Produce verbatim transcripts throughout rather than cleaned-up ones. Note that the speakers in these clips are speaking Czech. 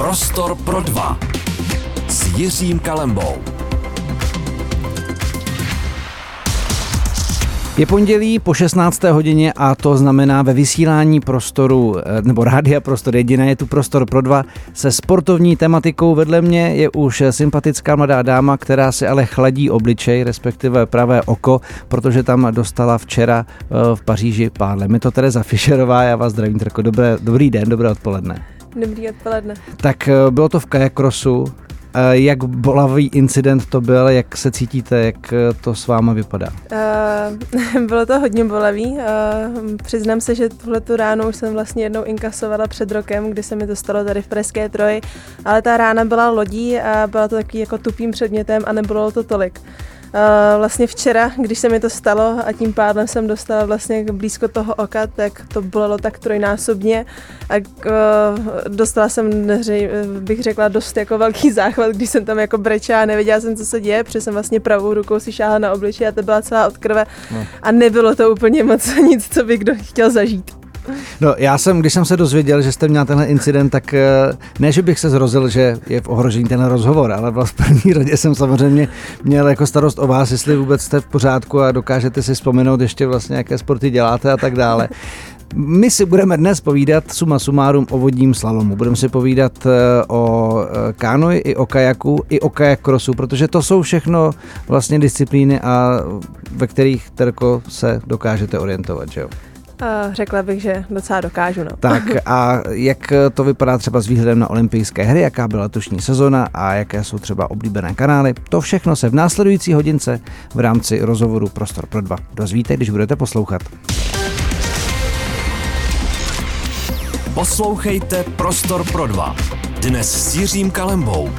Prostor pro dva s Jiřím Kalembou. Je pondělí po šestnácté hodině a to znamená ve vysílání prostoru, nebo Rádia Prostor jediné, je tu Prostor pro dva se sportovní tematikou. Vedle mě je už sympatická mladá dáma, která si ale chladí obličej, respektive pravé oko, protože tam dostala včera v Paříži pádle. Je to Tereza Fischerová, já vás zdravím, Terko. Dobré, dobrý den, dobré odpoledne. Dobrý odpoledne. Tak bylo to v kajakrosu. Jak bolavý incident to byl, jak se cítíte, jak to s váma vypadá? Uh, bylo to hodně bolavý. Uh, přiznám se, že tuhletu ránu už jsem vlastně jednou inkasovala před rokem, kdy se mi to stalo tady v Pražské Troji, ale ta rána byla lodí a byla to takový jako tupým předmětem a nebylo to tolik. Uh, vlastně včera, když se mi to stalo a tím pádem jsem dostala vlastně blízko toho oka, tak to bolelo tak trojnásobně a uh, dostala jsem, neři, bych řekla, dost jako velký záchvat, když jsem tam jako brečela a nevěděla jsem, co se děje, protože jsem vlastně pravou rukou si šáhla na obličej a to byla celá od krve no. A nebylo to úplně moc nic, co by kdo chtěl zažít. No, já jsem, když jsem se dozvěděl, že jste měl tenhle incident, tak ne, že bych se zrozil, že je v ohrožení ten rozhovor, ale v první řadě jsem samozřejmě měl jako starost o vás, jestli vůbec jste v pořádku a dokážete si vzpomenout ještě vlastně, jaké sporty děláte a tak dále. My si budeme dnes povídat suma sumárum o vodním slalomu. Budeme si povídat o kánoji i o kajaku, i o kajakrosu, protože to jsou všechno vlastně disciplíny, a ve kterých, Terko, se dokážete orientovat, že jo? Řekla bych, že docela dokážu. No. Tak a jak to vypadá třeba s výhledem na olympijské hry, jaká byla letošní sezona a jaké jsou třeba oblíbené kanály, to všechno se v následující hodince v rámci rozhovoru Prostor pro dva dozvíte, když budete poslouchat. Poslouchejte Prostor pro dva. Dnes s Jiřím Kalembou.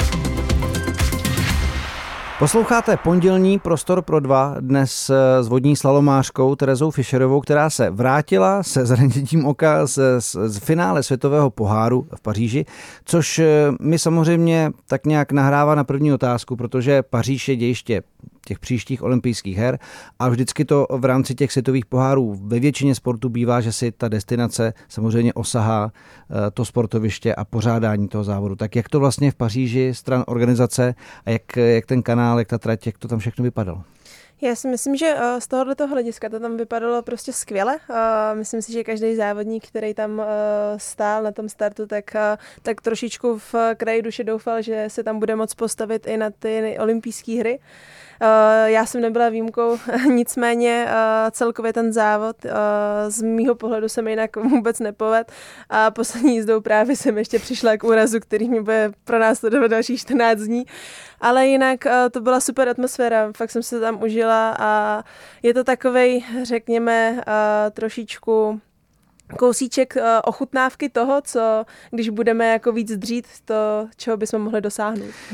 Posloucháte pondělní Prostor pro dva dnes s vodní slalomářkou Terezou Fischerovou, která se vrátila se zraněním oka z, z, z finále světového poháru v Paříži, což mi samozřejmě tak nějak nahrává na první otázku, protože Paříž je dějiště těch příštích olympijských her a vždycky to v rámci těch světových pohárů ve většině sportů bývá, že si ta destinace samozřejmě osahá to sportoviště a pořádání toho závodu. Tak jak to vlastně v Paříži stran organizace a jak, jak ten kanál, jak ta trať, jak to tam všechno vypadalo? Já si myslím, že z tohoto hlediska to tam vypadalo prostě skvěle. Myslím si, že každý závodník, který tam stál na tom startu, tak, tak trošičku v kraji duše doufal, že se tam bude moct postavit i na ty olympijské hry. Já jsem nebyla výjimkou, nicméně celkově ten závod z mýho pohledu se mi jinak vůbec nepovedl a poslední jízdou právě jsem ještě přišla k úrazu, který mi bude pro nás to do dalších čtrnáct dní. Ale jinak to byla super atmosféra, fakt jsem se tam užila a je to takovej, řekněme, trošičku kousíček uh, ochutnávky toho, co když budeme jako víc dřít, to, čeho bychom mohli dosáhnout. Uh,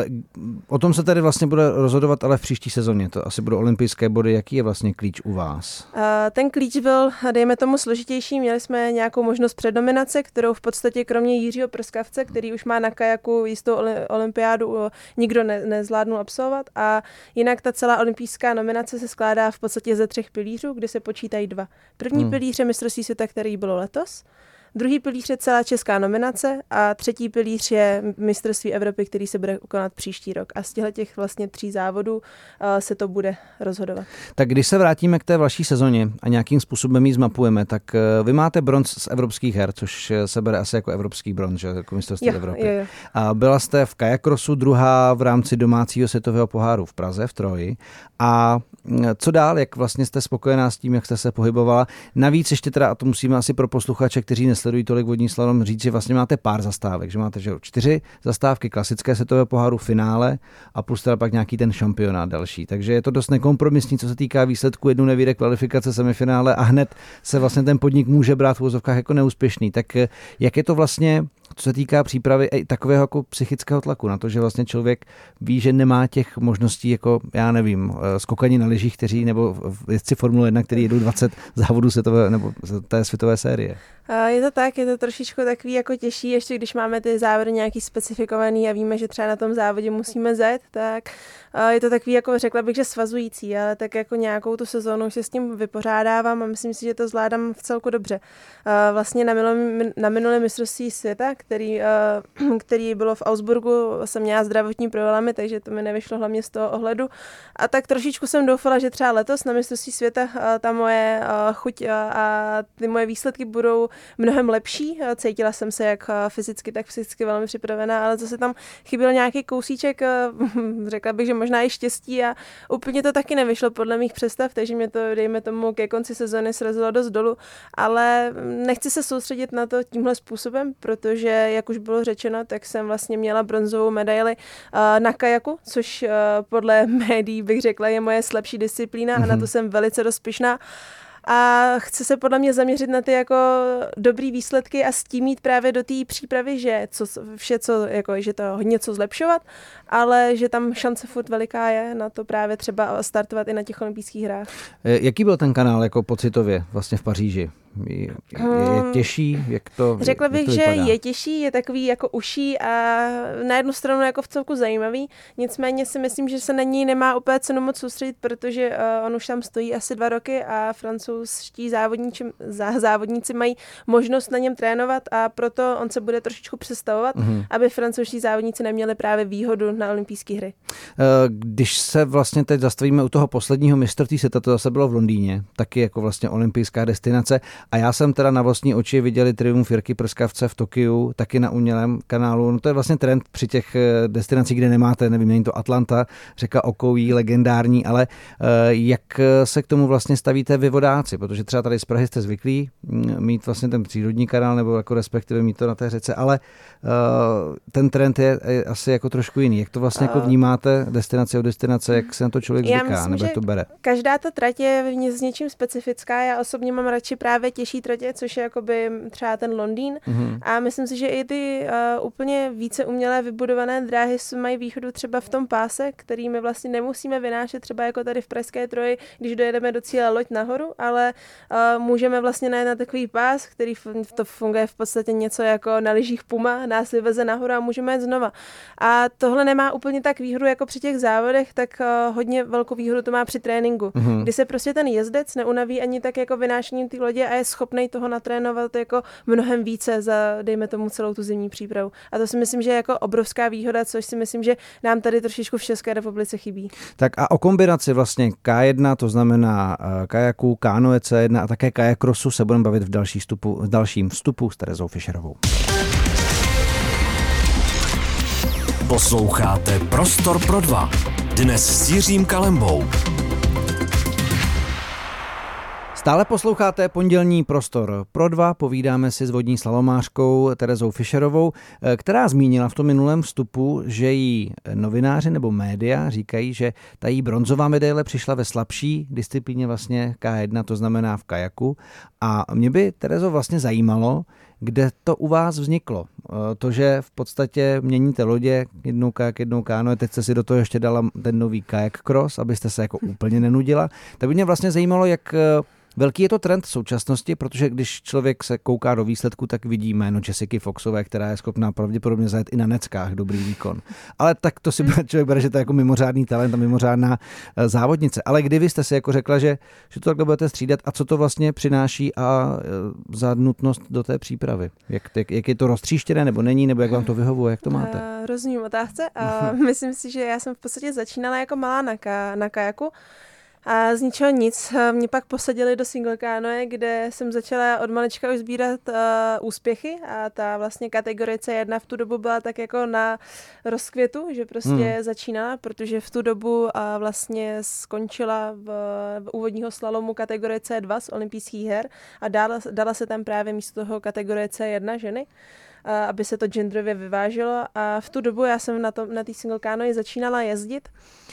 o tom se tady vlastně bude rozhodovat, ale v příští sezóně. To asi budou olympijské body. Jaký je vlastně klíč u vás? Uh, ten klíč byl, dejme tomu, složitější. Měli jsme nějakou možnost přednominace, kterou v podstatě kromě Jiřího Prskavce, který už má na kajaku jistou olympiádu, uh, nikdo ne, nezvládnul absolvovat. A jinak ta celá olympijská nominace se skládá v podstatě ze třech pilířů, kde se počítají dva. První hmm. pilíř je mistrovství světa, který bylo letos. Druhý pilíř je celá česká nominace a třetí pilíř je mistrovství Evropy, který se bude konat příští rok. A z těch vlastně tří závodů uh, se to bude rozhodovat. Tak když se vrátíme k té vaší sezóně a nějakým způsobem ji zmapujeme, tak uh, vy máte bronz z evropských her, což se bere asi jako evropský bronz, že? Jako mistrovství jo, Evropy. Jo, jo. A byla jste v kajakrosu druhá v rámci domácího světového poháru v Praze, v Troji. A co dál, jak vlastně jste spokojená s tím, jak jste se pohybovala? Navíc ještě teda, a to musíme asi pro posluchače, kteří nesledují tolik vodní slalom, říct, že vlastně máte pár zastávek, že máte že čtyři zastávky klasické světového poháru, finále a plus teda pak nějaký ten šampionát další. Takže je to dost nekompromisní, co se týká výsledku, jednou nevyjde kvalifikace, semifinále a hned se vlastně ten podnik může brát v uvozovkách jako neúspěšný. Tak jak je to vlastně, co se týká přípravy i takového jako psychického tlaku na to, že vlastně člověk ví, že nemá těch možností jako, já nevím, skokani na lyžích, kteří nebo jezdci Formule jedna, který jedou dvacet závodů světové nebo té světové série. Je to tak, je to trošičku takový jako těžší, ještě když máme ty závody nějaký specifikovaný a víme, že třeba na tom závodě musíme zet, tak je to takový jako řekla bych, že svazující, ale tak jako nějakou tu sezónu se s tím vypořádávám a myslím si, že to zvládám v celku dobře. Vlastně na minulém, na minulém mistrovství světa, který, který bylo v Augsburgu, jsem měla zdravotní problémy, takže to mi nevyšlo hlavně z toho ohledu. A tak trošičku jsem doufala, že třeba letos na mistrovství světa ta moje chuť a ty moje výsledky budou mnohem lepší. Cítila jsem se jak fyzicky, tak fyzicky velmi připravená, ale zase tam chyběl nějaký kousíček, řekla bych, že možná i štěstí a úplně to taky nevyšlo podle mých představ, takže mě to, dejme tomu, ke konci sezóny srazilo dost dolů, ale nechci se soustředit na to tímhle způsobem, protože, jak už bylo řečeno, tak jsem vlastně měla bronzovou medaili na kajaku, což podle médií bych řekla je moje slabší disciplína mm-hmm. a na to jsem velice dost pyšná. A chce se podle mě zaměřit na ty jako dobrý výsledky a s tím mít právě do té přípravy, že co, vše, co, jako, že to hodně co zlepšovat, ale že tam šance furt veliká je na to právě třeba startovat i na těch olympijských hrách. Jaký byl ten kanál jako pocitově vlastně v Paříži? Je, je, je těžší? Jak to, Řekla bych, jak to že vypadá? je těžší, je takový jako uší a na jednu stranu jako v celku zajímavý. Nicméně si myslím, že se na ní nemá úplně cenu moc soustředit, protože uh, on už tam stojí asi dva roky a francouzští závodníci, zá, závodníci mají možnost na něm trénovat a proto on se bude trošičku přestavovat, mm-hmm. aby francouzští závodníci neměli právě výhodu na olympijské hry. Když se vlastně teď zastavíme u toho posledního mistrovství světa, to zase bylo v Londýně, taky jako vlastně olympijská destinace. A já jsem teda na vlastní oči viděli triumf Jirky Prskavce v Tokiu, taky na umělém kanálu. No to je vlastně trend při těch destinacích, kde nemáte, nevím, není to Atlanta, řeka Okoví, legendární, ale jak se k tomu vlastně stavíte vy vodáci? Protože třeba tady z Prahy jste zvyklí mít vlastně ten přírodní kanál, nebo jako respektive mít to na té řece, ale ten trend je asi jako trošku jiný. Jak to vlastně jako vnímáte destinace od destinace, jak se na to člověk zvyká, myslím, nebo jak to bere? Každá ta trať je s něčím specifická. Já osobně mám radši právě těžší tratě, což je jakoby třeba ten Londýn. Mm-hmm. A myslím si, že i ty uh, úplně více umělé vybudované dráhy mají výhodu třeba v tom páse, který my vlastně nemusíme vynášet třeba jako tady v Pražské Troji, když dojedeme do cíle loď nahoru, ale uh, můžeme vlastně najet na takový pás, který to funguje v podstatě něco jako na lyžích Puma, nás vyveze nahoru a můžeme jít znova. A tohle nemá úplně tak výhodu jako při těch závodech, tak uh, hodně velkou výhodu to má při tréninku, mm-hmm. kdy se prostě ten jezdec neunaví ani tak jako vynášením té lodě a je schopný toho natrénovat jako mnohem více za, dejme tomu, celou tu zimní přípravu. A to si myslím, že je jako obrovská výhoda, což si myslím, že nám tady trošičku v České republice chybí. Tak a o kombinaci vlastně ká jedna, to znamená kajaku, kánoe cé jedna a také kajakrosu se budeme bavit v, další vstupu, v dalším vstupu s Terezou Fischerovou. Posloucháte Prostor pro dva. Dnes s Jiřím Kalembou. Stále posloucháte pondělní Prostor pro dva, povídáme si s vodní slalomářkou Terezou Fischerovou, která zmínila v tom minulém vstupu, že jí novináři nebo média říkají, že ta jí bronzová medaile přišla ve slabší disciplíně vlastně ká jedna, to znamená v kajaku. A mě by, Terezo, vlastně zajímalo, kde to u vás vzniklo. To, že v podstatě měníte lodě, jednou kajak, jednou kánoe, teď jste si do toho ještě dala ten nový kajak cross, abyste se jako úplně nenudila. Tak by mě vlastně zajímalo, jak velký je to trend v současnosti, protože když člověk se kouká do výsledku, tak vidí jméno Jessiky Foxové, která je schopná pravděpodobně zajet i na neckách dobrý výkon. Ale tak to si člověk bere, že to je jako mimořádný talent a mimořádná závodnice. Ale kdy vy jste si jako řekla, že, že to takhle budete střídat a co to vlastně přináší a za nutnost do té přípravy? Jak, jak, jak je to roztříštěné nebo není, nebo jak vám to vyhovuje, jak to máte? Uh, rozumím otázce. Uh, myslím si, že já jsem v podstatě začínala jako malá na, ka, na kajaku. A z ničeho nic. Mě pak posadili do single canoe, kde jsem začala od malička už sbírat uh, úspěchy a ta vlastně kategorie cé jedna v tu dobu byla tak jako na rozkvětu, že prostě hmm. začínala, protože v tu dobu uh, vlastně skončila v, v úvodního slalomu kategorie cé dva z olympijských her a dala, dala se tam právě místo toho kategorie cé jedna ženy, uh, aby se to genderově vyvážilo a v tu dobu já jsem na té na single canoe začínala jezdit.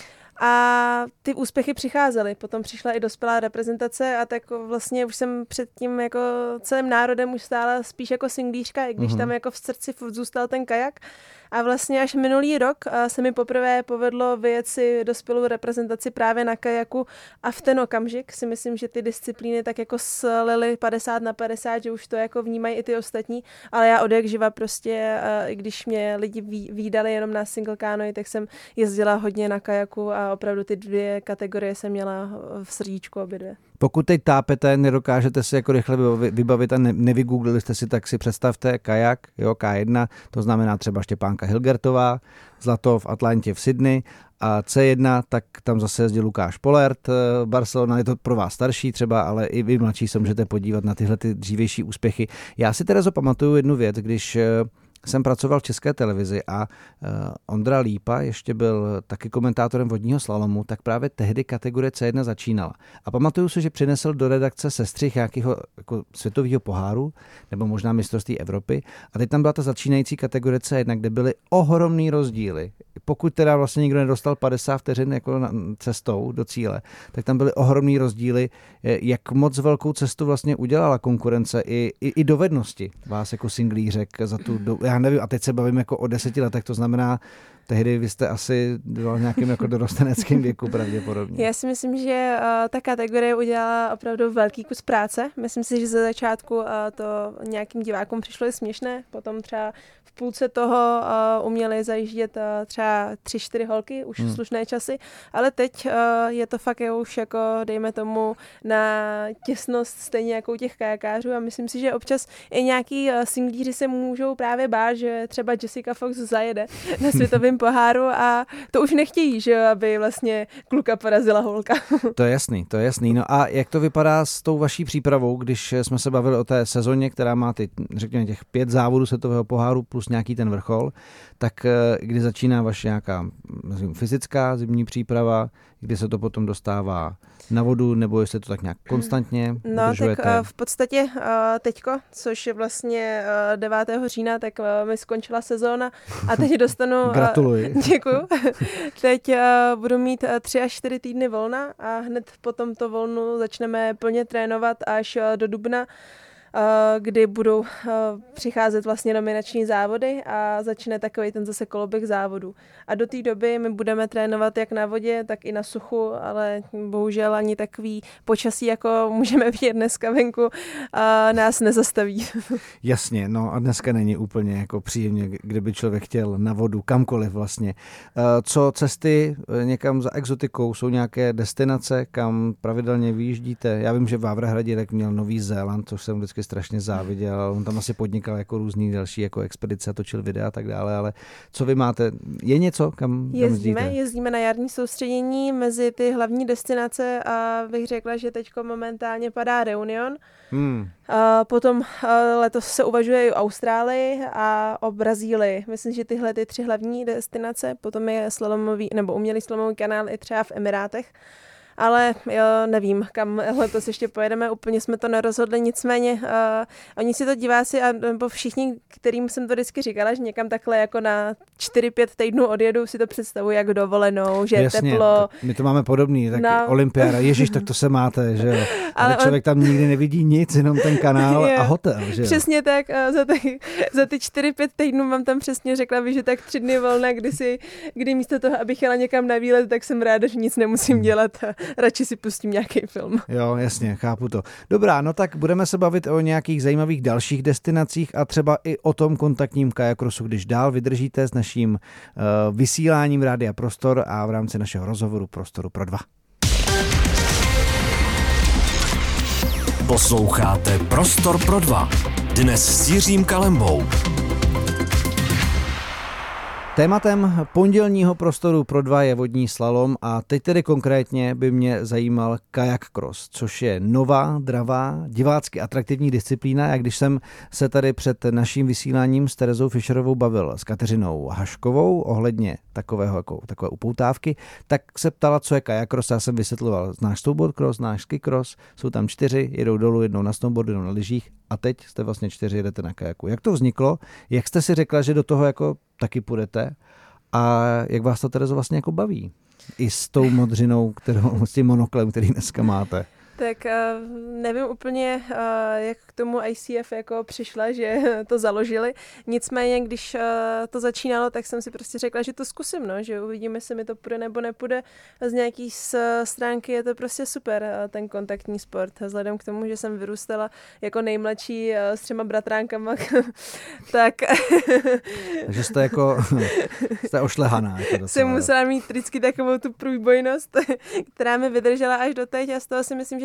A ty úspěchy přicházely. Potom přišla i dospělá reprezentace a tak vlastně už jsem před tím jako celým národem už stála spíš jako singlířka, i když mm-hmm. tam jako v srdci furt zůstal ten kajak. A vlastně až minulý rok se mi poprvé povedlo vyjet si dospělou reprezentaci právě na kajaku a v ten okamžik si myslím, že ty disciplíny tak jako slily padesát na padesát, že už to jako vnímají i ty ostatní, ale já od jak živa prostě, i když mě lidi vídali jenom na single canoe, tak jsem jezdila hodně na kajaku a opravdu ty dvě kategorie jsem měla v srdíčku obě dvě. Pokud teď tápete, nedokážete si jako rychle vybavit a ne, nevygooglili jste si, tak si představte kajak, jo, K jedna, to znamená třeba Štěpánka Hilgertová, zlato v Atlantě v Sydney, a C jedna, tak tam zase jezdil Lukáš Polert, Barcelona, je to pro vás starší třeba, ale i vy mladší se můžete podívat na tyhle ty dřívější úspěchy. Já si teda pamatuju jednu věc, když jsem pracoval v České televizi a uh, Ondra Lípa ještě byl taky komentátorem vodního slalomu, tak právě tehdy kategorie C jedna začínala. A pamatuju si, že přinesl do redakce sestřih nějakého jako světového poháru, nebo možná mistrovství Evropy. A teď tam byla ta začínající kategorie C jedna, kde byly ohromný rozdíly. Pokud teda vlastně nikdo nedostal padesát vteřin jako cestou do cíle, tak tam byly ohromný rozdíly, jak moc velkou cestu vlastně udělala konkurence i, i, i dovednosti vás jako singlířek za tu dobu. Já nevím, a teď se bavím jako o deseti letech, to znamená, tehdy vy jste asi v nějakém jako dorosteneckém věku pravděpodobně. Já si myslím, že uh, ta kategorie udělala opravdu velký kus práce. Myslím si, že ze začátku uh, to nějakým divákům přišlo i směšné, potom třeba v půlce toho uh, uměli zajíždět uh, třeba tři, čtyři holky, už hmm. slušné časy, ale teď uh, je to fakt je už jako, dejme tomu, na těsnost stejně jako u těch kajakářů a myslím si, že občas i nějaký uh, singlíři se můžou právě bát, že třeba Jessica Fox zajede na světovém poháru a to už nechtějí, že aby vlastně kluka porazila holka. To je jasný, to je jasný. No a jak to vypadá s tou vaší přípravou, když jsme se bavili o té sezóně, která má ty, řekněme, těch pět závodů světového poháru plus nějaký ten vrchol, tak kdy začíná vaše nějaká nazvím, fyzická zimní příprava, kdy se to potom dostává na vodu, nebo jestli to tak nějak konstantně No udržujete? tak v podstatě teďko, což je vlastně devátého října, tak mi skončila sezóna a teď dostanu... Gratuluji. Děkuju. Teď budu mít tři až čtyři týdny volna a hned po tomto volnu začneme plně trénovat až do dubna, kdy budou přicházet vlastně nominační závody a začne takový ten zase koloběh závodů. A do té doby my budeme trénovat jak na vodě, tak i na suchu, ale bohužel ani takový počasí, jako můžeme vidět dneska venku, nás nezastaví. Jasně, no a dneska není úplně jako příjemně, kdyby člověk chtěl na vodu, kamkoliv vlastně. Co cesty někam za exotikou, jsou nějaké destinace, kam pravidelně vyjíždíte? Já vím, že Vávra Hradilek měl Nový Zéland, což jsem vždycky strašně záviděl. On tam asi podnikal jako různý další jako expedice, točil videa a tak dále, ale co vy máte? Je něco, kam jezdíme? Kam jezdíme na jarní soustředění mezi ty hlavní destinace a bych řekla, že teďko momentálně padá Reunion. Hmm. A potom letos se uvažuje i o Austrálii a o Brazílii. Myslím, že tyhle ty tři hlavní destinace, potom je slalomový nebo umělý slalomový kanál i třeba v Emirátech. Ale jo, nevím, kam letos ještě pojedeme, úplně jsme to nerozhodli, nicméně uh, oni si to diváci, a, nebo všichni, kterým jsem to vždycky říkala, že někam takhle jako na čtyři pět týdnů odjedu, si to představuji jak dovolenou, že je Jasně, teplo. My to máme podobný, tak no. Olympiáda, ježiš, tak to se máte, že jo. Ale člověk tam nikdy nevidí nic, jenom ten kanál a hotel, že jo. Přesně tak, za ty, za ty čtyři pět týdnů mám tam přesně řekla, že tak tři dny volna, kdy, si, kdy místo toho, abych jela někam na výlet, tak jsem ráda, že nic nemusím dělat. Radši si pustím nějaký film. Jo, jasně, chápu to. Dobrá, no tak budeme se bavit o nějakých zajímavých dalších destinacích a třeba i o tom kontaktním kajakrosu, když dál vydržíte s naším uh, vysíláním Rádia Prostor a v rámci našeho rozhovoru Prostoru pro dva. Posloucháte Prostor pro dva. Dnes s Jiřím Kalembou. Tématem pondělního Prostoru pro dva je vodní slalom a teď tedy konkrétně by mě zajímal kajak cross, což je nová, dravá, divácky atraktivní disciplína. Jak když jsem se tady před naším vysíláním s Terezou Fischerovou bavil s Kateřinou Haškovou ohledně takového, jako, takové upoutávky, tak se ptala, co je kajak cross. Já jsem vysvětloval, znáš snowboard cross, znáš ski cross, jsou tam čtyři, jedou dolů, jednou na snowboardu, jednou na lyžích a teď jste vlastně čtyři, jedete na kajaku. Jak to vzniklo? Jak jste si řekla, že do toho jako taky půjdete a jak vás to, Terezo, vlastně jako baví? I s tou modřinou, kterou, s tím monoklem, který dneska máte. Tak nevím úplně, jak k tomu I C F jako přišla, že to založili. Nicméně, když to začínalo, tak jsem si prostě řekla, že to zkusím, no, že uvidíme, jestli mi to půjde nebo nepůjde. Z nějaký stránky je to prostě super, ten kontaktní sport. Vzhledem k tomu, že jsem vyrůstala jako nejmladší s třema bratránkama, tak... Takže jste jako, jste ošlehaná. Jako jsem musela mít vždycky takovou tu průbojnost, která mi vydržela až doteď a z toho si myslím, že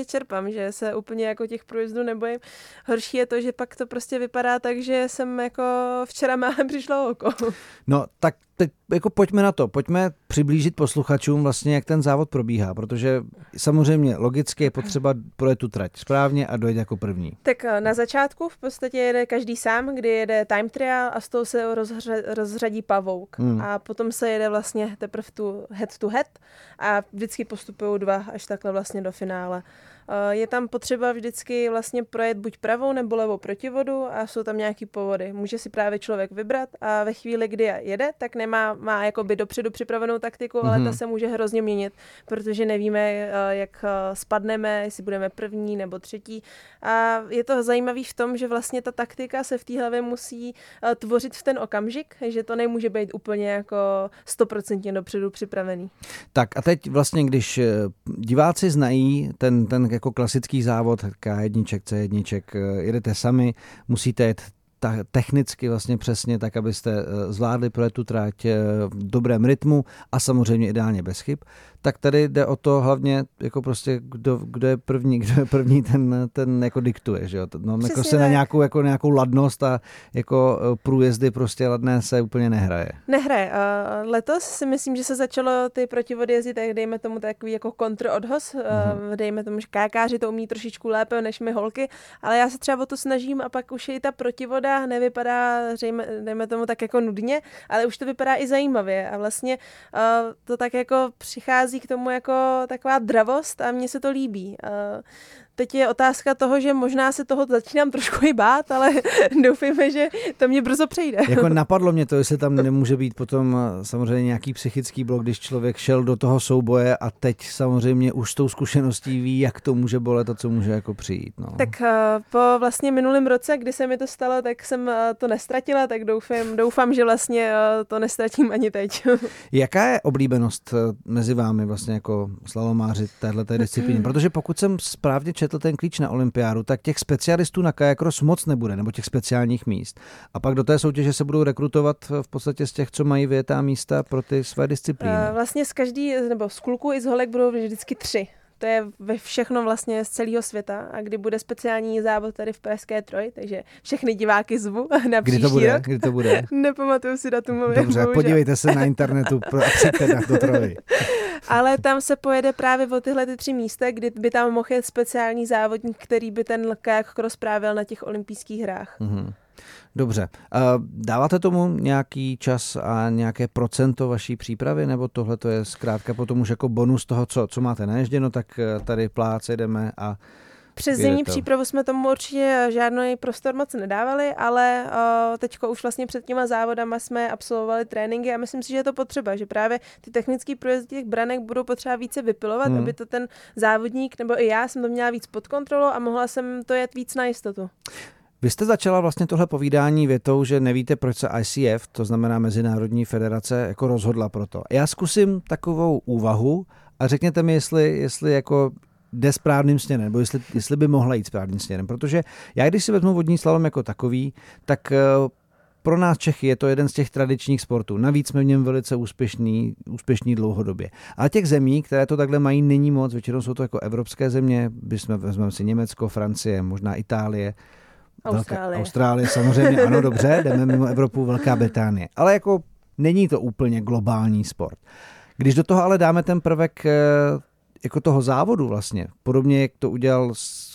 čerpám, že se úplně jako těch průjezdů nebojím. Horší je to, že pak to prostě vypadá tak, že jsem jako včera málem přišla o oko. No tak teď jako pojďme na to, pojďme přiblížit posluchačům vlastně, jak ten závod probíhá, protože samozřejmě logicky je potřeba projet tu trať správně a dojet jako první. Tak na začátku v podstatě jede každý sám, kdy jede time trial a z toho se rozhře, rozřadí pavouk. Hmm. A potom se jede vlastně teprve tu head to head a vždycky postupují dva až takhle vlastně do finále. Je tam potřeba vždycky vlastně projet buď pravou nebo levou protivodu a jsou tam nějaký povody. Může si právě člověk vybrat a ve chvíli, kdy jede, tak nemá má jakoby dopředu připravenou taktiku, ale mm-hmm. ta se může hrozně měnit, protože nevíme, jak spadneme, jestli budeme první nebo třetí. A je to zajímavé v tom, že vlastně ta taktika se v té hlavě musí tvořit v ten okamžik, že to nemůže být úplně jako stoprocentně dopředu připravený. Tak a teď vlastně, když diváci znají ten, ten jako klasický závod ká jedna, cé jedna, jedete sami, musíte jet ta, technicky vlastně přesně tak, abyste zvládli projet tu trať v dobrém rytmu a samozřejmě ideálně bez chyb, tak tady jde o to hlavně, jako prostě, kdo, kdo je první, kdo je první, ten, ten jako diktuje, že jo? No, jako se na nějakou, jako nějakou ladnost a jako průjezdy prostě ladné se úplně nehraje. Nehraje. Uh, letos si myslím, že se začalo ty protivody jezdit, tak dejme tomu takový jako kontraodhoz, uh-huh. uh, dejme tomu, že kákáři to umí trošičku lépe než my holky, ale já se třeba o to snažím a pak už i ta protivoda nevypadá, dejme, dejme tomu tak jako nudně, ale už to vypadá i zajímavě a vlastně uh, to tak jako přichází k tomu jako taková dravost a mně se to líbí. Uh, Teď je otázka toho, že možná se toho začínám trošku i bát, ale doufejme, že to mě brzo přejde. Jako napadlo mě to, jestli tam nemůže být potom samozřejmě nějaký psychický blok, když člověk šel do toho souboje a teď samozřejmě už s tou zkušeností ví, jak to může bolet a co může jako přijít. No. Tak uh, po vlastně minulém roce, kdy se mi to stalo, tak jsem uh, to nestratila, tak doufám, doufám, že vlastně uh, to nestratím ani teď. Jaká je oblíbenost mezi vámi vlastně jako slalomáři téhleté disciplíny? Protože pokud jsem správně četl ten klíč na olympiádu, tak těch specialistů na kajakros moc nebude, nebo těch speciálních míst. A pak do té soutěže se budou rekrutovat v podstatě z těch, co mají vyjetá místa pro ty své disciplíny. Vlastně z každý, nebo z kluků i z holek budou vždycky tři. To je ve všechno vlastně z celého světa a kdy bude speciální závod tady v Pražské Troji, takže všechny diváky zvu na příští Kdy to bude? rok. Kdy to bude? Nepamatuju si datum. Dobře, bohužel. Podívejte se na internetu a přijďte do Troji. Ale tam se pojede právě o tyhle ty tři místa, kdy by tam mohl jet speciální závodník, který by ten kajak cross právě na těch olympijských hrách. Mm-hmm. Dobře. Dáváte tomu nějaký čas a nějaké procento vaší přípravy, nebo tohle to je zkrátka potom už jako bonus toho, co, co máte naježděno, tak tady plác jedeme a přes zimní přípravu jsme tomu určitě žádný prostor moc nedávali, ale uh, teďko už vlastně před těma závodama jsme absolvovali tréninky a myslím si, že je to potřeba, že právě ty technické průjezdy těch branek budou potřeba více vypilovat, hmm. aby to ten závodník, nebo i já jsem to měla víc pod kontrolou a mohla jsem to jet víc na jistotu. Vy jste začala vlastně tohle povídání větou, že nevíte, proč se I C F, to znamená Mezinárodní federace, jako rozhodla pro to. Já zkusím takovou úvahu a řekněte mi, jestli, jestli jako jde správným směrem, nebo jestli, jestli by mohla jít správným směrem. Protože já, když si vezmu vodní slalom jako takový, tak pro nás Čechy je to jeden z těch tradičních sportů. Navíc jsme v něm velice úspěšný, úspěšný dlouhodobě. Ale těch zemí, které to takhle mají, není moc. Většinou jsou to jako evropské země, bychom, vezmeme si Německo, Francie, možná Itálie, Austrálie. Velká, Austrálie samozřejmě, ano, dobře, jdeme mimo Evropu, Velká Británie. Ale jako není to úplně globální sport. Když do toho ale dáme ten prvek jako toho závodu vlastně, podobně jak to udělal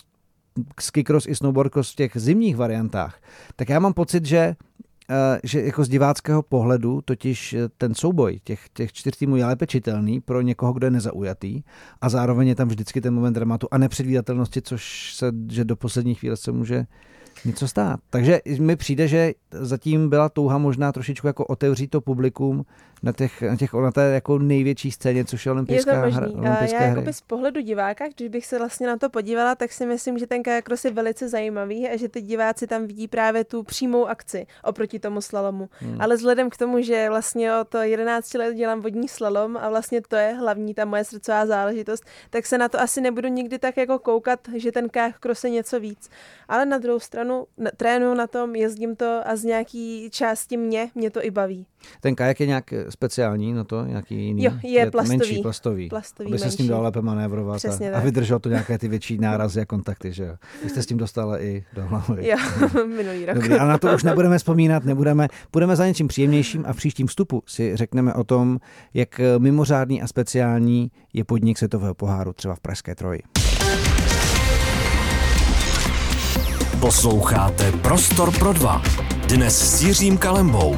skicross i snowboardcross v těch zimních variantách, tak já mám pocit, že, že jako z diváckého pohledu totiž ten souboj těch, těch čtyř týmů je lépe čitelný pro někoho, kdo je nezaujatý a zároveň je tam vždycky ten moment dramatu a nepředvídatelnosti, což se, že do poslední chvíle se může něco stát. Takže mi přijde, že zatím byla touha možná trošičku jako otevřít to publikum na, těch, na, těch, na té jako největší scéně, což je olympijská hra. Já jakoby z pohledu diváka, když bych se vlastně na to podívala, tak si myslím, že ten kajakros je velice zajímavý a že ty diváci tam vidí právě tu přímou akci oproti tomu slalomu. Hmm. Ale vzhledem k tomu, že vlastně od jedenácti let dělám vodní slalom a vlastně to je hlavní ta moje srdcová záležitost, tak se na to asi nebudu nikdy tak jako koukat, že ten kajakros je něco víc. Ale na druhou stranu stranu trénuju na tom, jezdím to a z nějaký části mě, mě to i baví. Ten kajak je nějak speciální na to, nějaký jiný? Jo, je, je plastový. Menší, plastový. plastový aby se menší. s tím dalo lépe manévrovat a, a vydržel to nějaké ty větší nárazy a kontakty, že jo? Vy jste s tím dostala i do hlavy. Jo, minulý rok. Dobrý, ale na to už nebudeme vzpomínat, nebudeme, budeme za něčím příjemnějším a v příštím vstupu si řekneme o tom, jak mimořádný a speciální je podnik světového poháru třeba v pražské Troji. Posloucháte Prostor pro dva. Dnes s Jiřím Kalembou.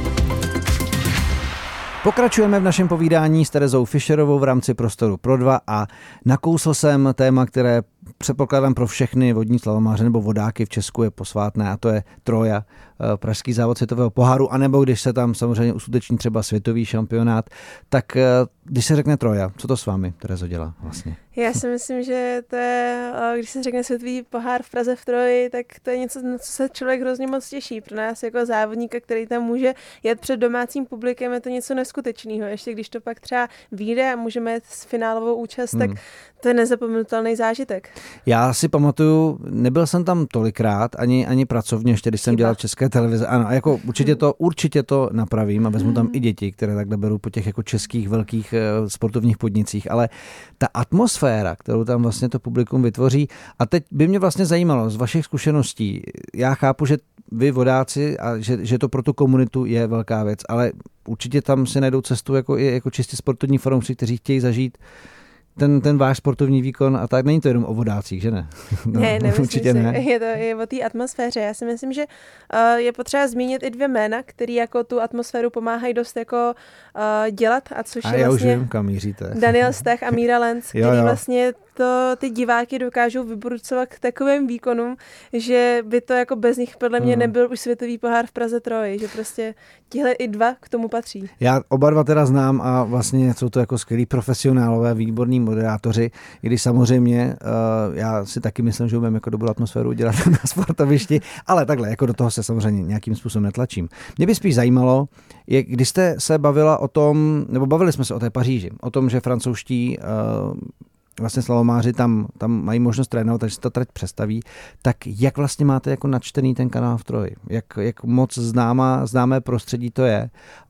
Pokračujeme v našem povídání s Terezou Fischerovou v rámci Prostoru pro dva a nakousl jsem téma, které předpokládám pro všechny vodní slalomáře nebo vodáky v Česku je posvátné, a to je Troja, pražský závod světového poháru, anebo když se tam samozřejmě uskuteční třeba světový šampionát. Tak když se řekne Troja, co to s vámi, Terezo, dělá vlastně? Já si myslím, že to je, když se řekne světový pohár v Praze v Troji, tak to je něco, na co se člověk hrozně moc těší. Pro nás jako závodníka, který tam může jet před domácím publikem, je to něco neskutečného. Ještě když to pak třeba vyjde a můžeme jet s finálovou účast, hmm. tak to je nezapomenutelný zážitek. Já si pamatuju, nebyl jsem tam tolikrát, ani, ani pracovně, ještě když jsem Chyba. dělal v České televize. Ano, a jako určitě to, určitě to napravím a vezmu tam i děti, které takhle berou po těch jako českých velkých uh, sportovních podnicích, ale ta atmosféra, kterou tam vlastně to publikum vytvoří, a teď by mě vlastně zajímalo z vašich zkušeností, já chápu, že vy vodáci a že, že to pro tu komunitu je velká věc, ale určitě tam si najdou cestu jako, jako čistě sportovní fanoušci, kteří chtějí zažít Ten, ten váš sportovní výkon a tak, není to jenom o vodácích, že ne? No, ne, nemyslím si. Ne. Je to je o té atmosféře. Já si myslím, že uh, je potřeba zmínit i dvě jména, které jako tu atmosféru pomáhají dost jako uh, dělat. A což a je já vlastně už vím, kam míříte. Daniel Stach a Míra Lenz, který jo, jo. vlastně to ty diváky dokážou vyburcovat k takovým výkonům, že by to jako bez nich podle mě hmm. nebyl už světový pohár v Praze Troji, že prostě tihle i dva k tomu patří. Já oba dva teda znám a vlastně jsou to jako skvělí profesionálové, výborní moderátoři, i když samozřejmě uh, já si taky myslím, že umím jako dobrou atmosféru udělat na sportovišti, ale takhle, jako do toho se samozřejmě nějakým způsobem netlačím. Mě by spíš zajímalo, je, když jste se bavila o tom, nebo bavili jsme se o té Paříži, o tom, že francouzští uh, vlastně slalomáři tam, tam mají možnost trénovat, takže se ta trať přestaví, tak jak vlastně máte jako načtený ten kanál v Troji? Jak, jak moc známá, známé prostředí to je?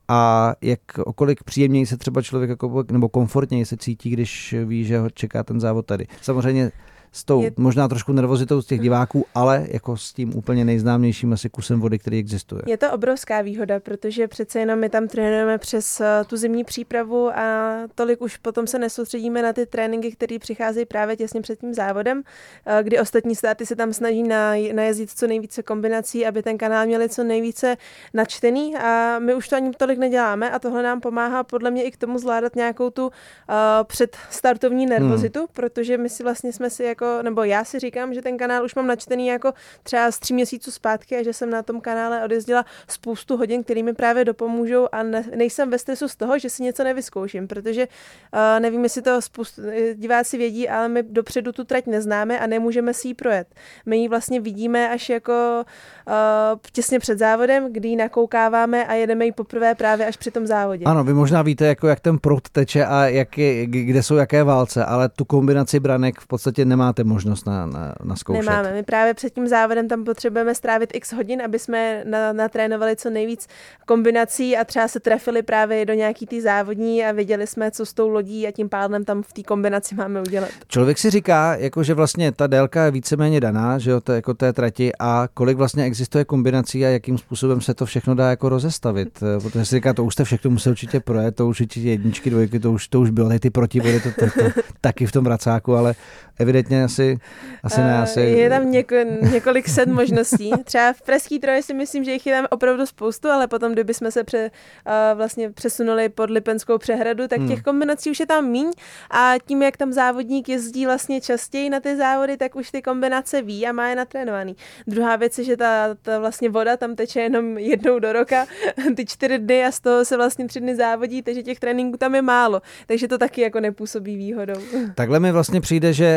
A jak okolik příjemněji se třeba člověk jako, nebo komfortněji se cítí, když ví, že ho čeká ten závod tady? Samozřejmě s tou je... možná trošku nervozitou z těch diváků, ale jako s tím úplně nejznámějším asi kusem vody, který existuje. Je to obrovská výhoda, protože přece jenom my tam trénujeme přes tu zimní přípravu a tolik už potom se nesoustředíme na ty tréninky, které přicházejí právě těsně před tím závodem, kdy ostatní státy se tam snaží najezdit co nejvíce kombinací, aby ten kanál měli co nejvíce načtený, a my už to ani tolik neděláme a tohle nám pomáhá podle mě i k tomu zvládat nějakou tu uh, předstartovní nervozitu, hmm. protože my si vlastně jsme si jako nebo já si říkám, že ten kanál už mám načtený jako třeba z tří měsíců zpátky a že jsem na tom kanále odjezdila spoustu hodin, které mi právě dopomůžou a ne, nejsem ve stresu z toho, že si něco nevyzkouším, protože uh, nevím, jestli to spoustu diváci vědí, ale my dopředu tu trať neznáme a nemůžeme si ji projet. My ji vlastně vidíme až jako uh, těsně před závodem, kdy ji nakoukáváme a jedeme ji poprvé právě až při tom závodě. Ano, vy možná víte, jako jak ten proud teče a jak je, kde jsou jaké válce, ale tu kombinaci branek v podstatě nemáte možnost na, na, na zkoušet. Nemáme. My právě před tím závodem tam potřebujeme strávit x hodin, aby jsme na, natrénovali co nejvíc kombinací a třeba se trefili právě do nějaký tý závodní a věděli jsme, co s tou lodí a tím pádem tam v té kombinaci máme udělat. Člověk si říká, jako, že vlastně ta délka je víceméně daná, že jo, to jako té trati, a kolik vlastně existuje kombinací a jakým způsobem se to všechno dá jako rozestavit. Protože si říká, to už jste všechno musel určitě projet, to už určitě jedničky, dvojky, to už, to už bylo, ty protivody, to, to, to, to taky v tom vracáku, ale evidentně asi, asi ne. Asi... Je tam něko, několik set možností. Třeba v pražský Troji si myslím, že jich je tam opravdu spoustu, ale potom, kdybychom se pře, uh, vlastně přesunuli pod Lipenskou přehradu, tak hmm. těch kombinací už je tam míň a tím, jak tam závodník jezdí vlastně častěji na ty závody, tak už ty kombinace ví a má je natrénovaný. Druhá věc je, že ta, ta vlastně voda tam teče jenom jednou do roka, ty čtyři dny a z toho se vlastně tři dny závodí, takže těch tréninků tam je málo. Takže to taky jako nepůsobí výhodou. Takhle mi vlastně přijde, že zkušenost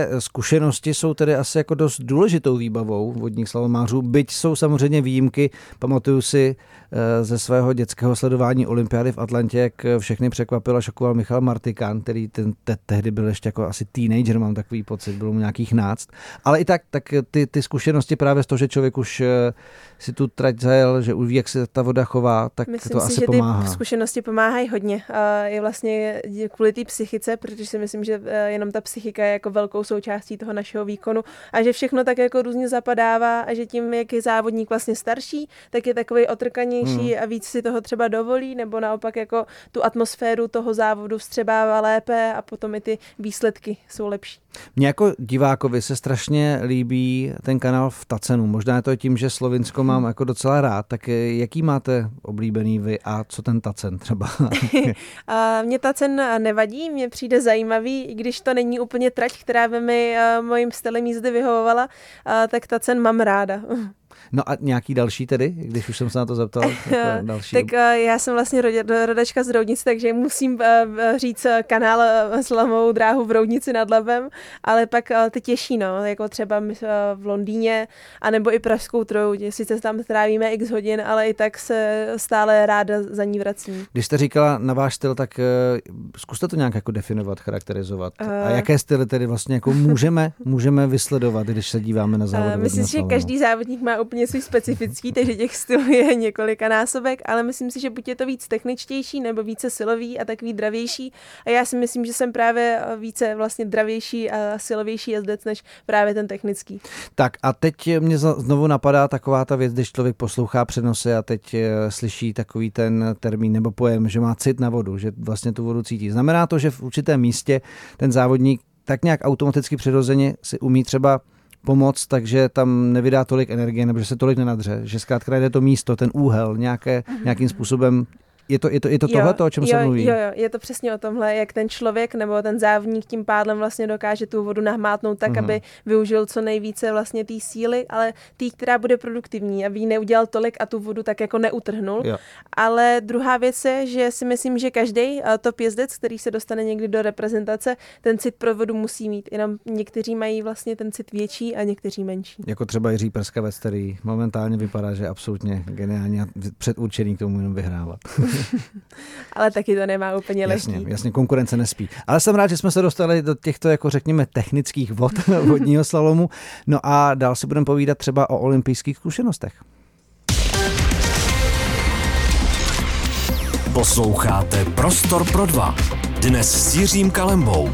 zkušenosti jsou tedy asi jako dost důležitou výbavou vodních slalomářů, byť jsou samozřejmě výjimky. Pamatuju si ze svého dětského sledování olympiády v Atlantě, jak všechny překvapil a šokoval Michal Martikán, který ten, te, tehdy byl ještě jako asi teenager, mám takový pocit, bylo mu nějakých náct. Ale i tak, tak ty, ty zkušenosti právě z toho, že člověk už si tu trať zajel, že už ví, jak se ta voda chová, tak myslím to si, asi že pomáhá. Ty zkušenosti pomáhají hodně. A je vlastně kvůli té psychice, protože si myslím, že jenom ta psychika je jako velkou součástí toho našeho výkonu a že všechno tak jako různě zapadává a že tím, jak je závodník vlastně starší, tak je takový otrkanější hmm. a víc si toho třeba dovolí, nebo naopak jako tu atmosféru toho závodu vstřebává lépe a potom i ty výsledky jsou lepší. Mně jako divákovi se strašně líbí ten kanál v Tacenu. Možná je to tím, že Slovinsko mám jako docela rád. Tak jaký máte oblíbený vy a co ten Tacen třeba? A mně Tacen nevadí, mně přijde zajímavý, i když to není úplně trať, která by mi mojím stylem jízdy vyhovovala, tak Tacen mám ráda. No a nějaký další tedy, když už jsem se na to zeptal? Jako další. Tak já jsem vlastně rodačka z Roudnice, takže musím říct kanál Slamovou dráhu v Roudnici nad Labem, ale pak ty těžší, no, jako třeba v Londýně, anebo i Pražskou Trouť. Sice tam trávíme x hodin, ale i tak se stále ráda za ní vracím. Když jste říkala na váš styl, tak zkuste to nějak jako definovat, charakterizovat. A jaké styly tedy vlastně jako můžeme, můžeme vysledovat, když se díváme na závod? Myslím si, že každý závodník má úplně svůj specifický, takže těch stylů je několika násobek, ale myslím si, že buď je to víc techničtější nebo více silový a takový dravější. A já si myslím, že jsem právě více vlastně dravější a silovější jezdec než právě ten technický. Tak a teď mě znovu napadá taková ta věc, když člověk poslouchá přenosy a teď slyší takový ten termín nebo pojem, že má cit na vodu, že vlastně tu vodu cítí. Znamená to, že v určitém místě ten závodník tak nějak automaticky přirozeně si umí třeba pomoct, takže tam nevydá tolik energie, nebo že se tolik nenadře, že zkrátka najde to místo, ten úhel, nějaké, nějakým způsobem. Je to, je to, je to tohleto, o čem jo, se mluví? Jo, jo, je to přesně o tomhle, jak ten člověk nebo ten závodník tím pádem vlastně dokáže tu vodu nahmátnout tak, uh-huh. aby využil co nejvíce vlastně té síly, ale tý, která bude produktivní, aby jí neudělal tolik a tu vodu tak jako neutrhnul. Jo. Ale druhá věc je, že si myslím, že každý top jezdec, který se dostane někdy do reprezentace, ten cit pro vodu musí mít. Jenom někteří mají vlastně ten cit větší a někteří menší. Jako třeba Jiří Prskavec, který momentálně vypadá, že je absolutně geniálně předurčený k tomu jenom vyhrávat. Ale taky to nemá úplně lehký. Jasně, jasně, konkurence nespí. Ale jsem rád, že jsme se dostali do těchto, jako řekněme, technických vod vodního slalomu. No a dál si budeme povídat třeba o olympijských zkušenostech. Posloucháte Prostor pro dva. Dnes s Jiřím Kalembou.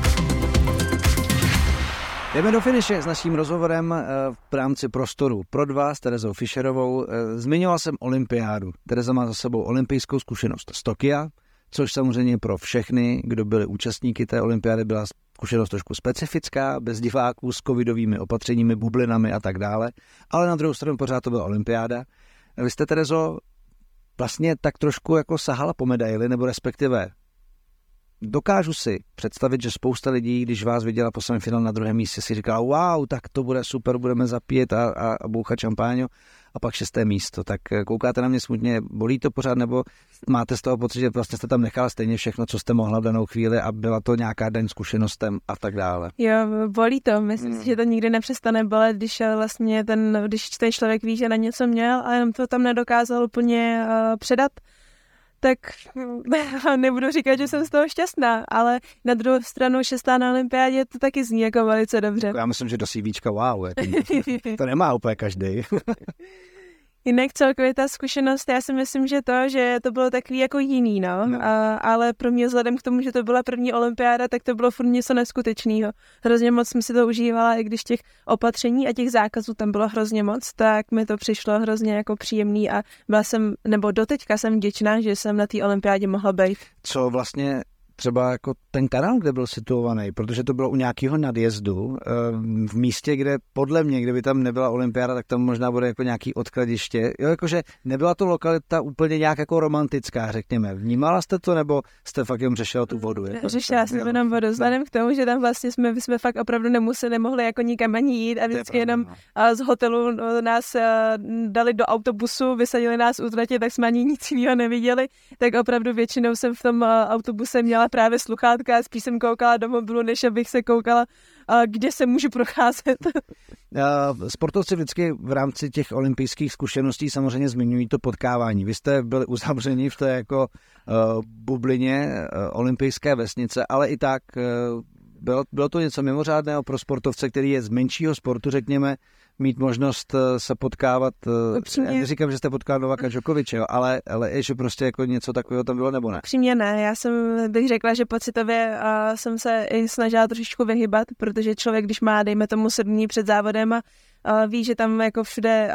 Jdeme do finiše s naším rozhovorem v rámci Prostoru pro dva s Terezou Fischerovou. Zmiňoval jsem olympiádu. Tereza má za sebou olympijskou zkušenost z Tokia, což samozřejmě pro všechny, kdo byli účastníky té olympiády, byla zkušenost trošku specifická, bez diváků, s covidovými opatřeními, bublinami a tak dále. Ale na druhou stranu pořád to byla olympiáda. Vy jste, Terezo, vlastně tak trošku jako sahala po medaili, nebo respektive dokážu si představit, že spousta lidí, když vás viděla po semifinále na druhém místě, si říkala, wow, tak to bude super, budeme zapít a, a, a bouchat šampáňo a pak šesté místo. Tak koukáte na mě smutně, bolí to pořád, nebo máte z toho pocit, že vlastně jste tam nechala stejně všechno, co jste mohla v danou chvíli a byla to nějaká daň zkušenostem a tak dále? Jo, bolí to. Myslím hmm. si, že to nikdy nepřestane bolet, když vlastně ten, když ten člověk ví, že na něco měl a jenom to tam nedokázal úplně uh, předat. Tak nebudu říkat, že jsem z toho šťastná, ale na druhou stranu šestá na olympiádě to taky zní jako velice dobře. Já myslím, že do CVčka wow, jako, to nemá úplně každý. Jinak celkově ta zkušenost, já si myslím, že to, že to bylo takový jako jiný, no. no. A, ale pro mě vzhledem k tomu, že to byla první olympiáda, tak to bylo furt něco neskutečného. Hrozně moc jsem si to užívala, i když těch opatření a těch zákazů tam bylo hrozně moc, tak mi to přišlo hrozně jako příjemný a byla jsem, nebo doteďka jsem vděčná, že jsem na té olympiádě mohla být. Co vlastně třeba jako ten kanál, kde byl situovaný, protože to bylo u nějakého nadjezdu v místě, kde podle mě, kdyby tam nebyla olympiáda, tak tam možná bude jako nějaký odkladiště. Jo, jakože nebyla to lokalita úplně nějak jako romantická, řekněme. Vnímala jste to, nebo jste fakt jenom řešila tu vodu? Jako řešila jsem jenom vodu, vzhledem k tomu, že tam vlastně jsme, jsme fakt opravdu nemuseli, nemohli jako nikam ani jít a vždycky jenom z hotelu nás dali do autobusu, vysadili nás u tratě, tak jsme ani nic jiného neviděli, tak opravdu většinou jsem v tom autobuse měla dala právě sluchátka a spíš jsem koukala do mobilu, než abych se koukala, kde se můžu procházet. Sportovci vždycky v rámci těch olympijských zkušeností samozřejmě zmiňují to potkávání. Vy jste byli uzavřeni v té jako uh, bublině uh, olympijské vesnice, ale i tak uh, bylo, bylo to něco mimořádného pro sportovce, který je z menšího sportu, řekněme, mít možnost se potkávat. Upřímně. Já neříkám, že jste potkal Novaka Djokoviče, jo, ale, ale je, že prostě jako něco takového tam bylo, nebo ne? Upřímně ne, já jsem bych řekla, že pocitově uh, jsem se i snažila trošičku vyhybat, protože člověk, když má, dejme tomu sedm dní před závodem a uh, ví, že tam jako všude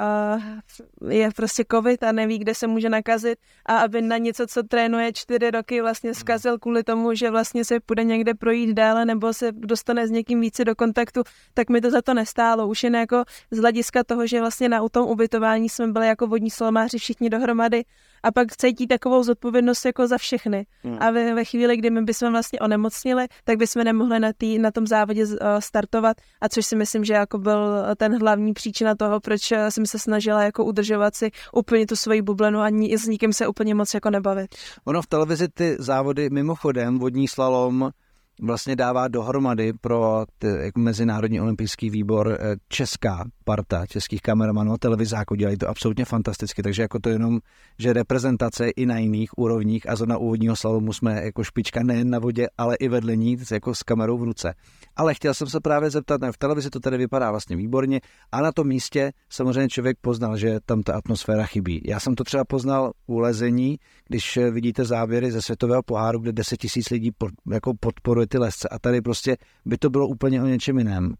uh, je prostě covid a neví, kde se může nakazit a aby na něco, co trénuje čtyři roky, vlastně zkazil kvůli tomu, že vlastně se půjde někde projít dále nebo se dostane s někým více do kontaktu, tak mi to za to nestálo. Už jen jako z hlediska toho, že vlastně na tom ubytování jsme byli jako vodní slalomáři všichni dohromady a pak cítí takovou zodpovědnost jako za všechny. Hmm. A ve, ve chvíli, kdy my bychom vlastně onemocnili, tak bychom nemohli na, tý, na tom závodě uh, startovat, a což si myslím, že jako byl ten hlavní příčina toho, proč jsem se snažila jako udržovat si úplně tu svoji bublinu a ni, s nikým se úplně moc jako nebavit. Ono v televizi ty závody mimochodem, vodní slalom vlastně dává dohromady pro ty, jako Mezinárodní olympijský výbor česká parta českých kameramanů a televizáků, dělají to absolutně fantasticky, takže jako to jenom, že reprezentace i na jiných úrovních a zrovna u vodního slalomu jsme jako špička nejen na vodě, ale i vedle ní, jako s kamerou v ruce. Ale chtěl jsem se právě zeptat, ne, v televizi to tady vypadá vlastně výborně a na tom místě samozřejmě člověk poznal, že tam ta atmosféra chybí. Já jsem to třeba poznal u lezení, když vidíte záběry ze světového poháru, kde deset tisíc lidí pod, jako podporuje ty lezce a tady prostě by to bylo úplně o něčem jiném.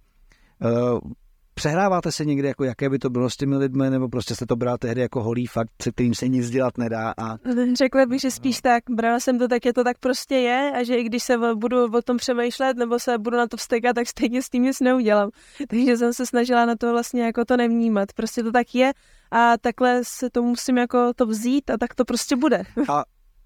Uh, Přehráváte se někdy, jako jaké by to bylo s těmi lidmi, nebo prostě jste to brala tehdy jako holý fakt, se kterým se nic dělat nedá? A... Řekla bych, že spíš tak. Brala jsem to tak, je to tak prostě je a že i když se budu o tom přemýšlet nebo se budu na to vztekat, tak stejně s tím nic neudělám. Takže jsem se snažila na to vlastně jako to nevnímat. Prostě to tak je a takhle se to musím jako to vzít a tak to prostě bude. A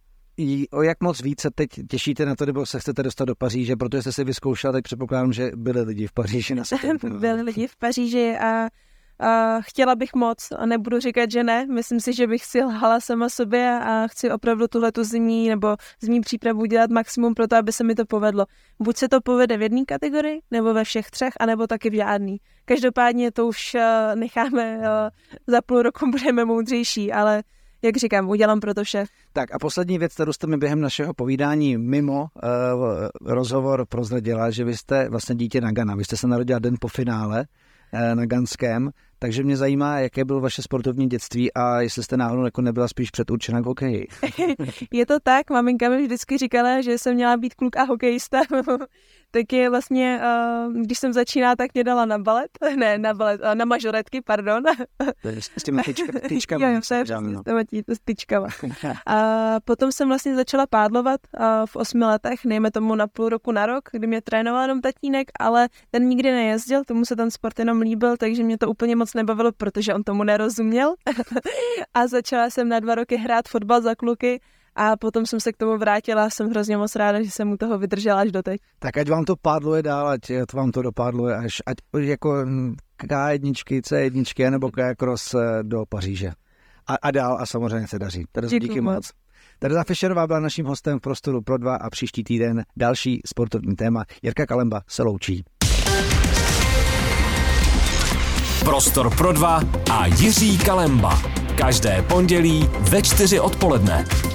o jak moc víc se teď těšíte na to, nebo se chcete dostat do Paříže, protože jste si vyzkoušela, tak předpokládám, že byli lidi v Paříži na světě. Byli lidi v Paříži a, a chtěla bych moc a nebudu říkat, že ne. Myslím si, že bych si lhala sama sobě a chci opravdu tuhletu zimní nebo zimní přípravu dělat maximum pro to, aby se mi to povedlo. Buď se to povede v jedné kategorii, nebo ve všech třech, anebo taky v žádný. Každopádně to už necháme, za půl roku budeme moudřejší, ale jak říkám, udělám pro to vše. Tak a poslední věc, kterou jste mi během našeho povídání mimo uh, rozhovor prozradila, že vy jste vlastně dítě Nagana. Vy jste se narodila den po finále uh, na Ganském, takže mě zajímá, jaké bylo vaše sportovní dětství a jestli jste náhodou jako nebyla spíš předurčena k hokeji. Je to tak, maminka mi vždycky říkala, že jsem měla být kluk a hokejista. Taky vlastně, uh, když jsem začínala, tak mě dala na balet, ne, na balet, uh, na mažoretky, pardon. S těmi tyčka, tyčkama. Jo, jo, to je přesně s tyčkama. A potom jsem vlastně začala pádlovat uh, v osmi letech, nejme tomu na půl roku na rok, kdy mě trénoval jenom tatínek, ale ten nikdy nejezdil, tomu se ten sport jenom líbil, takže mě to úplně moc nebavilo, protože on tomu nerozuměl. A začala jsem na dva roky hrát fotbal za kluky. A potom jsem se k tomu vrátila a jsem hrozně moc ráda, že jsem u toho vydržela až doteď. Tak ať vám to pádluje dál, ať to vám to dopádluje až ať jako ká jedna, cé jedna nebo K-cross do Paříže. A, a dál a samozřejmě se daří. Terezo, díky moc. Tereza Fischerová byla naším hostem v Prostoru pro dva a příští týden další sportovní téma. Jirka Kalemba se loučí. Prostor pro dva a Jiří Kalemba. Každé pondělí ve čtyři odpoledne.